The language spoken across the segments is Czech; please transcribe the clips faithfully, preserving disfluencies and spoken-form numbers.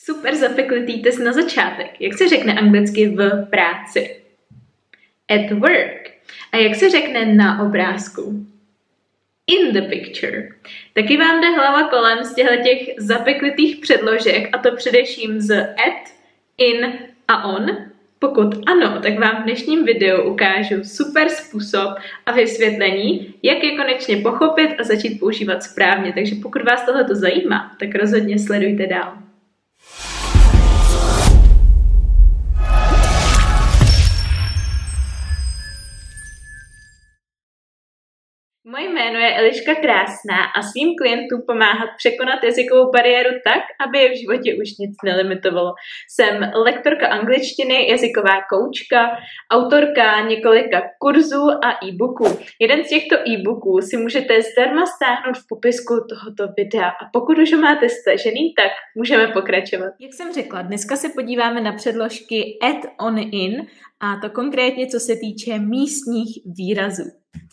Super zapeklitý test na začátek. Jak se řekne anglicky v práci? At work. A jak se řekne na obrázku? In the picture. Taky vám jde hlava kolem z těch zapeklitých předložek, a to především z at, in a on. Pokud ano, tak vám v dnešním videu ukážu super způsob a vysvětlení, jak je konečně pochopit a začít používat správně. Takže pokud vás tohleto zajímá, tak rozhodně sledujte dál. Moje jméno je Eliška Krásná a svým klientům pomáhat překonat jazykovou bariéru tak, aby je v životě už nic nelimitovalo. Jsem lektorka angličtiny, jazyková koučka, autorka několika kurzů a e-booků. Jeden z těchto e-booků si můžete zdarma stáhnout v popisku tohoto videa a pokud už ho máte stažený, tak můžeme pokračovat. Jak jsem řekla, dneska se podíváme na předložky at, on, in a to konkrétně, co se týče místních výrazů.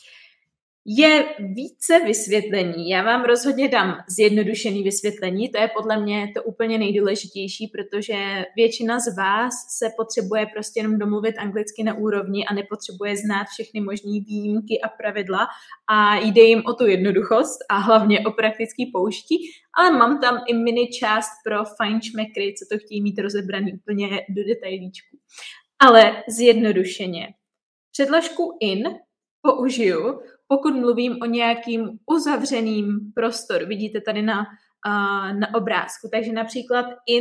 Je více vysvětlení. Já vám rozhodně dám zjednodušené vysvětlení, to je podle mě to úplně nejdůležitější, protože většina z vás se potřebuje prostě jenom domluvit anglicky na úrovni a nepotřebuje znát všechny možné výjimky a pravidla a jde jim o tu jednoduchost a hlavně o praktický použití, ale mám tam i mini část pro fajnšmekry, co to chtějí mít rozebraný úplně do detailíčku. Ale zjednodušeně. Předložku in použiju, pokud mluvím o nějakým uzavřeným prostoru. Vidíte tady na, uh, na obrázku. Takže například in,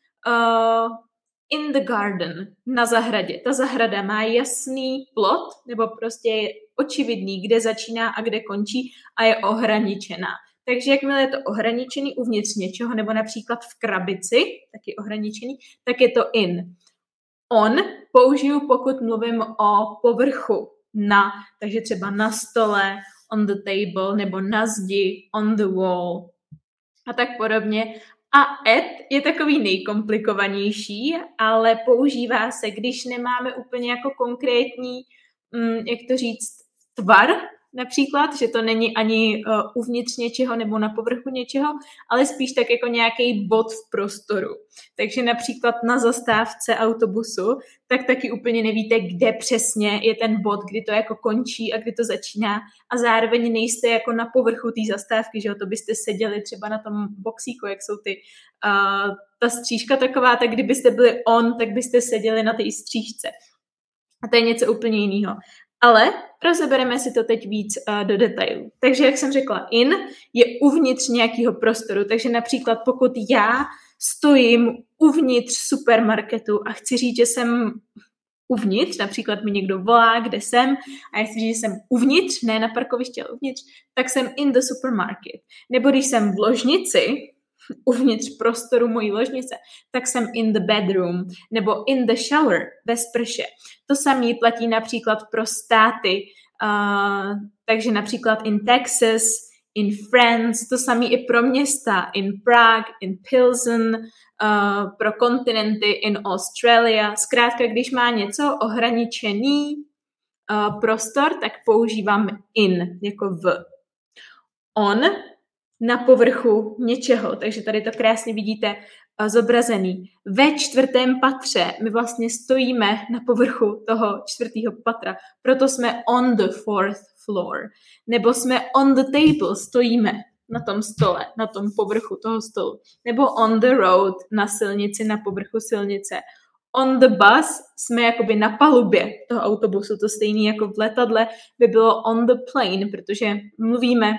uh, in the garden, na zahradě. Ta zahrada má jasný plot, nebo prostě je očividný, kde začíná a kde končí a je ohraničená. Takže jakmile je to ohraničený uvnitř něčeho, nebo například v krabici, taky ohraničený, tak je to in. On použiju, pokud mluvím o povrchu. Na, takže třeba na stole, on the table, nebo na zdi, on the wall a tak podobně. A at je takový nejkomplikovanější, ale používá se, když nemáme úplně jako konkrétní, hm, jak to říct, tvar, například, že to není ani uh, uvnitř něčeho nebo na povrchu něčeho, ale spíš tak jako nějaký bod v prostoru. Takže například na zastávce autobusu, tak taky úplně nevíte, kde přesně je ten bod, kdy to jako končí a kdy to začíná a zároveň nejste jako na povrchu té zastávky, že jo, to byste seděli třeba na tom boxíku, jak jsou ty, uh, ta střížka taková, tak kdybyste byli on, tak byste seděli na té střížce. A to je něco úplně jiného. Ale rozebereme si to teď víc uh, do detailu. Takže, jak jsem řekla, in je uvnitř nějakého prostoru. Takže například pokud já stojím uvnitř supermarketu a chci říct, že jsem uvnitř, například mi někdo volá, kde jsem, a já chci říct, že jsem uvnitř, ne na parkovišti, ale uvnitř, tak jsem in the supermarket. Nebo když jsem v ložnici, uvnitř prostoru mojí ložnice, tak jsem in the bedroom, nebo in the shower, ve sprše. To samé platí například pro státy, uh, takže například in Texas, in France, to samé i pro města, in Prague, in Pilsen, uh, pro kontinenty, in Australia. Zkrátka, když má něco ohraničený uh, prostor, tak používám in, jako v. On na povrchu něčeho, takže tady to krásně vidíte uh, zobrazený. Ve čtvrtém patře my vlastně stojíme na povrchu toho čtvrtého patra, proto jsme on the fourth floor, nebo jsme on the table, stojíme na tom stole, na tom povrchu toho stolu, nebo on the road, na silnici, na povrchu silnice. On the bus jsme jakoby na palubě toho autobusu, to stejný jako v letadle by bylo on the plane, protože mluvíme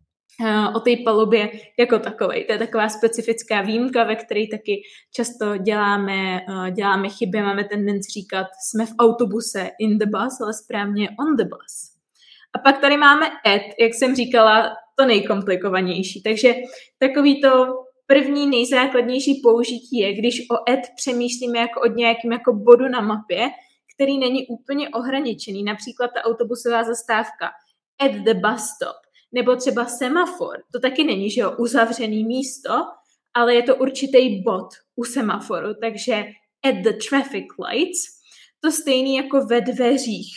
o té palubě jako takové. To je taková specifická výjimka, ve které taky často děláme, děláme chyby, máme tendenci říkat, jsme v autobuse in the bus, ale správně on the bus. A pak tady máme at, jak jsem říkala, to nejkomplikovanější. Takže takový to první nejzákladnější použití je, když o at přemýšlíme jako od nějakým jako bodu na mapě, který není úplně ohraničený. Například ta autobusová zastávka at the bus stop. Nebo třeba semafor, to taky není, že jo, uzavřený místo, ale je to určitý bod u semaforu, takže at the traffic lights, to stejný jako ve dveřích.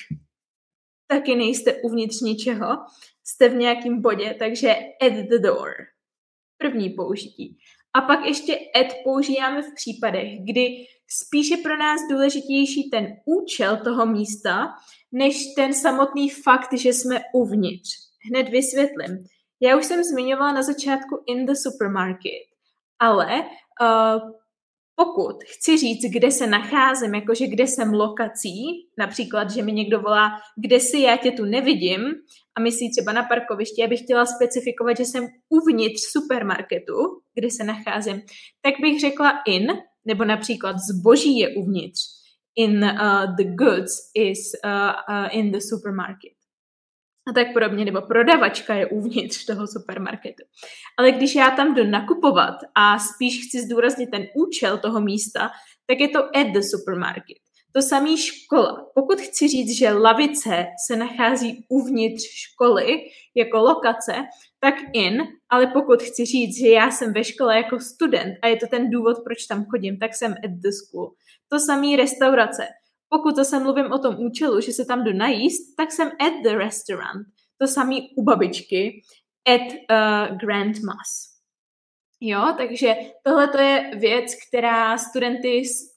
Taky nejste uvnitř ničeho, jste v nějakém bodě, takže at the door. První použití. A pak ještě at používáme v případech, kdy spíš je pro nás důležitější ten účel toho místa, než ten samotný fakt, že jsme uvnitř. Hned vysvětlím. Já už jsem zmiňovala na začátku in the supermarket, ale uh, pokud chci říct, kde se nacházím, jakože kde jsem lokací, například, že mi někdo volá, kde jsi, já tě tu nevidím, a myslí třeba na parkovišti, já bych chtěla specifikovat, že jsem uvnitř supermarketu, kde se nacházím, tak bych řekla in, nebo například zboží je uvnitř. In uh, the goods is uh, uh, in the supermarket. A tak podobně, nebo prodavačka je uvnitř toho supermarketu. Ale když já tam jdu nakupovat a spíš chci zdůraznit ten účel toho místa, tak je to at the supermarket. To samý škola. Pokud chci říct, že lavice se nachází uvnitř školy jako lokace, tak in, ale pokud chci říct, že já jsem ve škole jako student a je to ten důvod, proč tam chodím, tak jsem at the school. To samý restaurace. Pokud zase mluvím o tom účelu, že se tam jdu najíst, tak jsem at the restaurant. To samý u babičky, at uh, grandma's. Jo, takže tohle to je věc, která studenty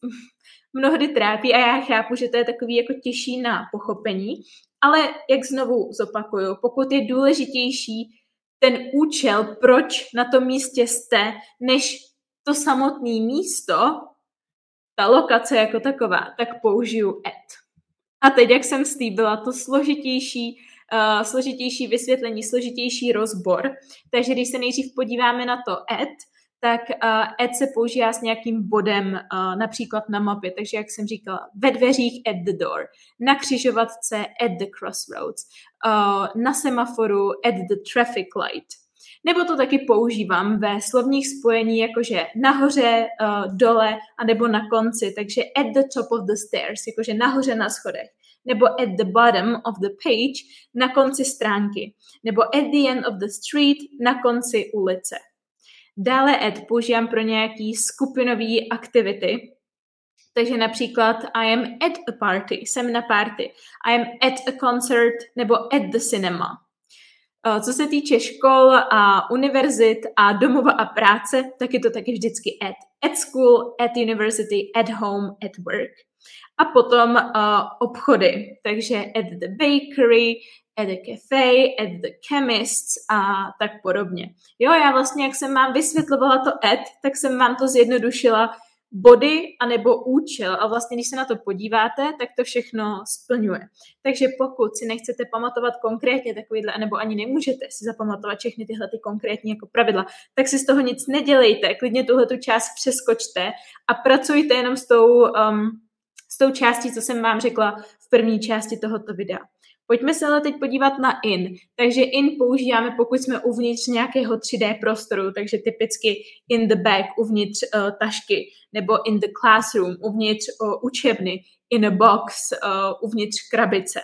mnohdy trápí a já chápu, že to je takový jako těžší na pochopení, ale jak znovu zopakuju, pokud je důležitější ten účel, proč na tom místě jste, než to samotné místo, ta lokace jako taková, tak použiju at. A teď, jak jsem slíbila, to složitější, uh, složitější vysvětlení, složitější rozbor. Takže když se nejdřív podíváme na to at, tak uh, at se používá s nějakým bodem, uh, například na mapě. Takže, jak jsem říkala, ve dveřích at the door, na křižovatce at the crossroads, uh, na semaforu at the traffic light. Nebo to taky používám ve slovních spojení, jakože nahoře, uh, dole, anebo na konci, takže at the top of the stairs, jakože nahoře na schodech, nebo at the bottom of the page, na konci stránky, nebo at the end of the street, na konci ulice. Dále at používám pro nějaký skupinový aktivity, takže například I am at a party, jsem na party, I am at a concert, nebo at the cinema. Co se týče škol a univerzit a domova a práce, tak je to taky vždycky at. At school, at university, at home, at work. A potom uh, obchody, takže at the bakery, at the cafe, at the chemists a tak podobně. Jo, já vlastně, jak jsem vám vysvětlovala to at, tak jsem vám to zjednodušila body anebo účel a vlastně, když se na to podíváte, tak to všechno splňuje. Takže pokud si nechcete pamatovat konkrétně takovýhle, anebo ani nemůžete si zapamatovat všechny tyhle ty konkrétní jako pravidla, tak si z toho nic nedělejte, klidně tuhletu část přeskočte a pracujte jenom s tou, um, s tou částí, co jsem vám řekla v první části tohoto videa. Pojďme se ale teď podívat na in. Takže in používáme, pokud jsme uvnitř nějakého tři dé prostoru, takže typicky in the bag, uvnitř uh, tašky, nebo in the classroom, uvnitř uh, učebny, in a box, uh, uvnitř krabice.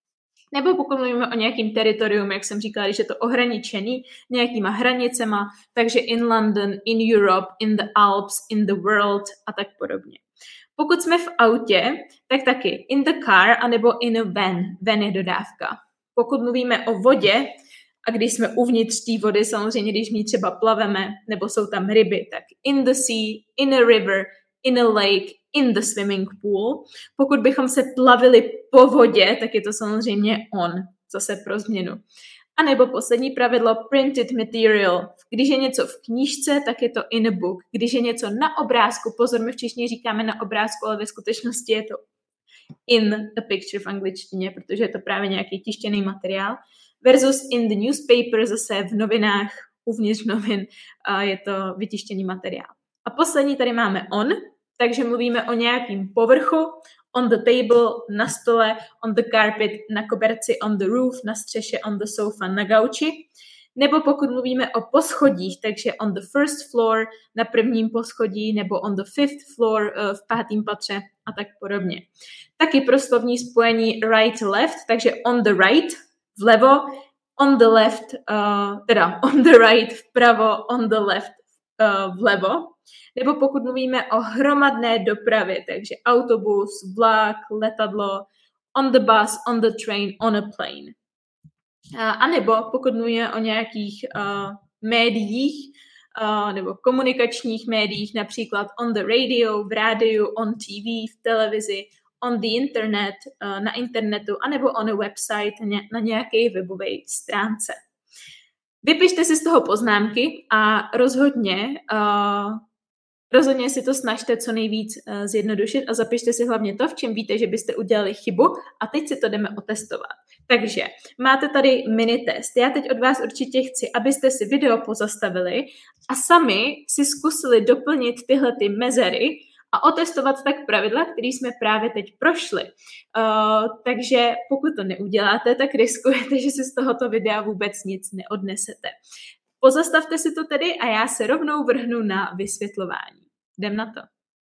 Nebo pokud mluvíme o nějakým teritorium, jak jsem říkala, když je to ohraničený nějakýma hranicema, takže in London, in Europe, in the Alps, in the world a tak podobně. Pokud jsme v autě, tak taky in the car anebo in a van. Van je dodávka. Pokud mluvíme o vodě a když jsme uvnitř té vody, samozřejmě když v ní třeba plaveme nebo jsou tam ryby, tak in the sea, in a river, in a lake, in the swimming pool. Pokud bychom se plavili po vodě, tak je to samozřejmě on, zase pro změnu. A nebo poslední pravidlo, printed material. Když je něco v knížce, tak je to in a book. Když je něco na obrázku, pozor, my v češtině říkáme na obrázku, ale ve skutečnosti je to in a picture v angličtině, protože je to právě nějaký tištěný materiál. Versus in the newspaper, zase v novinách, uvnitř novin, je to vytištěný materiál. A poslední tady máme on, takže mluvíme o nějakým povrchu, on the table, na stole, on the carpet, na koberci, on the roof, na střeše, on the sofa, na gauči. Nebo pokud mluvíme o poschodích, takže on the first floor, na prvním poschodí, nebo on the fifth floor, v pátém patře a tak podobně. Taky pro slovní spojení right, left, takže on the right, vlevo, on the left, uh, teda on the right, vpravo, on the left, uh, vlevo. Nebo pokud mluvíme o hromadné dopravě, takže autobus, vlak, letadlo, on the bus, on the train, on a plane. A nebo pokud mluvíme o nějakých uh, médiích, uh, nebo komunikačních médiích, například on the radio, v rádiu, on T V, v televizi, on the internet, uh, na internetu, anebo on a website, na nějaké webové stránce. Vypište si z toho poznámky a rozhodně, uh, rozhodně si to snažte co nejvíc uh, zjednodušit a zapište si hlavně to, v čem víte, že byste udělali chybu a teď si to jdeme otestovat. Takže máte tady mini test. Já teď od vás určitě chci, abyste si video pozastavili a sami si zkusili doplnit tyhle ty mezery a otestovat tak pravidla, které jsme právě teď prošli. Uh, takže pokud to neuděláte, tak riskujete, že si z tohoto videa vůbec nic neodnesete. Pozastavte si to tedy a já se rovnou vrhnu na vysvětlování. Jdem na to.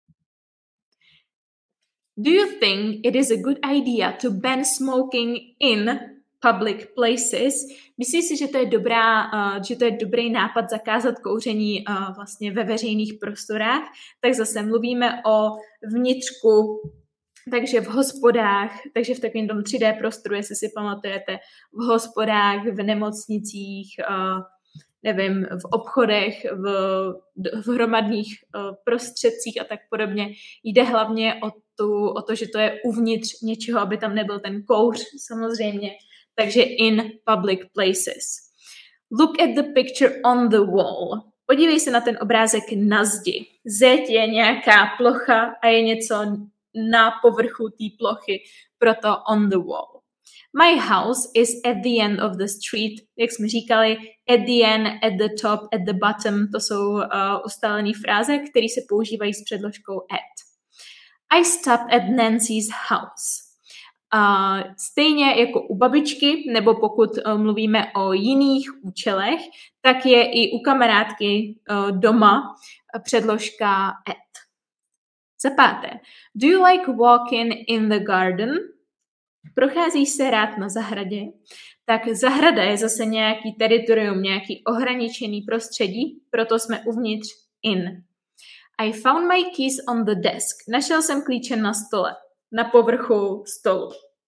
Do you think it is a good idea to ban smoking in public places? Myslíš si, že to je dobrá, uh, že to je dobrý nápad zakázat kouření uh, vlastně ve veřejných prostorách? Tak zase mluvíme o vnitřku, takže v hospodách, takže v takovém tom tři dé prostoru, jestli si pamatujete, v hospodách, v nemocnicích, uh, nevím, v obchodech, v, v hromadných uh, prostředcích a tak podobně. Jde hlavně o, tu, o to, že to je uvnitř něčeho, aby tam nebyl ten kouř samozřejmě. Takže in public places. Look at the picture on the wall. Podívej se na ten obrázek na zdi. Zeď je nějaká plocha a je něco na povrchu té plochy, proto on the wall. My house is at the end of the street. Jak jsme říkali, at the end, at the top, at the bottom. To jsou uh, ustálené fráze, které se používají s předložkou at. I stop at Nancy's house. Uh, stejně jako u babičky, nebo pokud uh, mluvíme o jiných účelech, tak je i u kamarádky uh, doma uh, předložka at. Za páté. Do you like walking in the garden? Procházíš se rád na zahradě? Tak zahrada je zase nějaký teritorium, nějaký ohraničený prostředí, proto jsme uvnitř in. I found my keys on the desk. Našel jsem klíče na stole. Na povrchu stolu.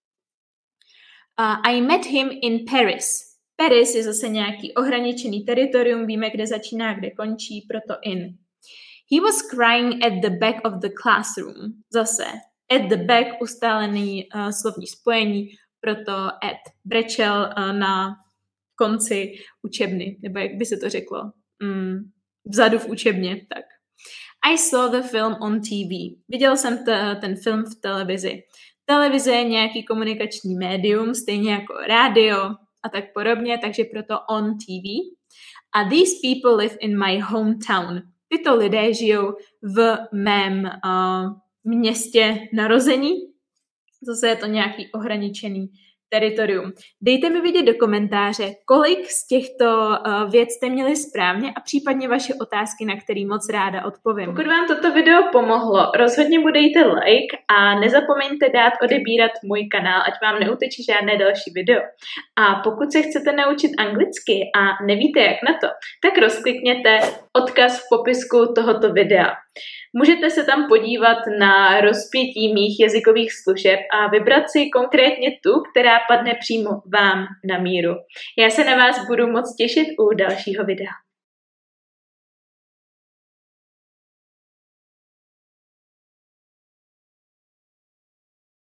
Uh, I met him in Paris. Paris je zase nějaký ohraničený teritorium, víme, kde začíná, kde končí, proto in. He was crying at the back of the classroom. Zase at the back ustálený uh, slovní spojení, proto at. Brečel uh, na konci učebny, nebo jak by se to řeklo? Mm, vzadu v učebně, tak. I saw the film on T V. Viděl jsem t- ten film v televizi. Televize je nějaký komunikační médium, stejně jako rádio a tak podobně, takže proto on T V. A these people live in my hometown. Tyto lidé žijou v mém uh, městě narození. Zase je to nějaký ohraničený teritorium. Dejte mi vidět do komentáře, kolik z těchto uh, věc jste měli správně a případně vaše otázky, na které moc ráda odpovím. Pokud vám toto video pomohlo, rozhodně mu dejte like a nezapomeňte dát odebírat můj kanál, ať vám neuteče žádné další video. A pokud se chcete naučit anglicky a nevíte jak na to, tak rozklikněte odkaz v popisku tohoto videa. Můžete se tam podívat na rozpětí mých jazykových služeb a vybrat si konkrétně tu, která padne přímo vám na míru. Já se na vás budu moc těšit u dalšího videa.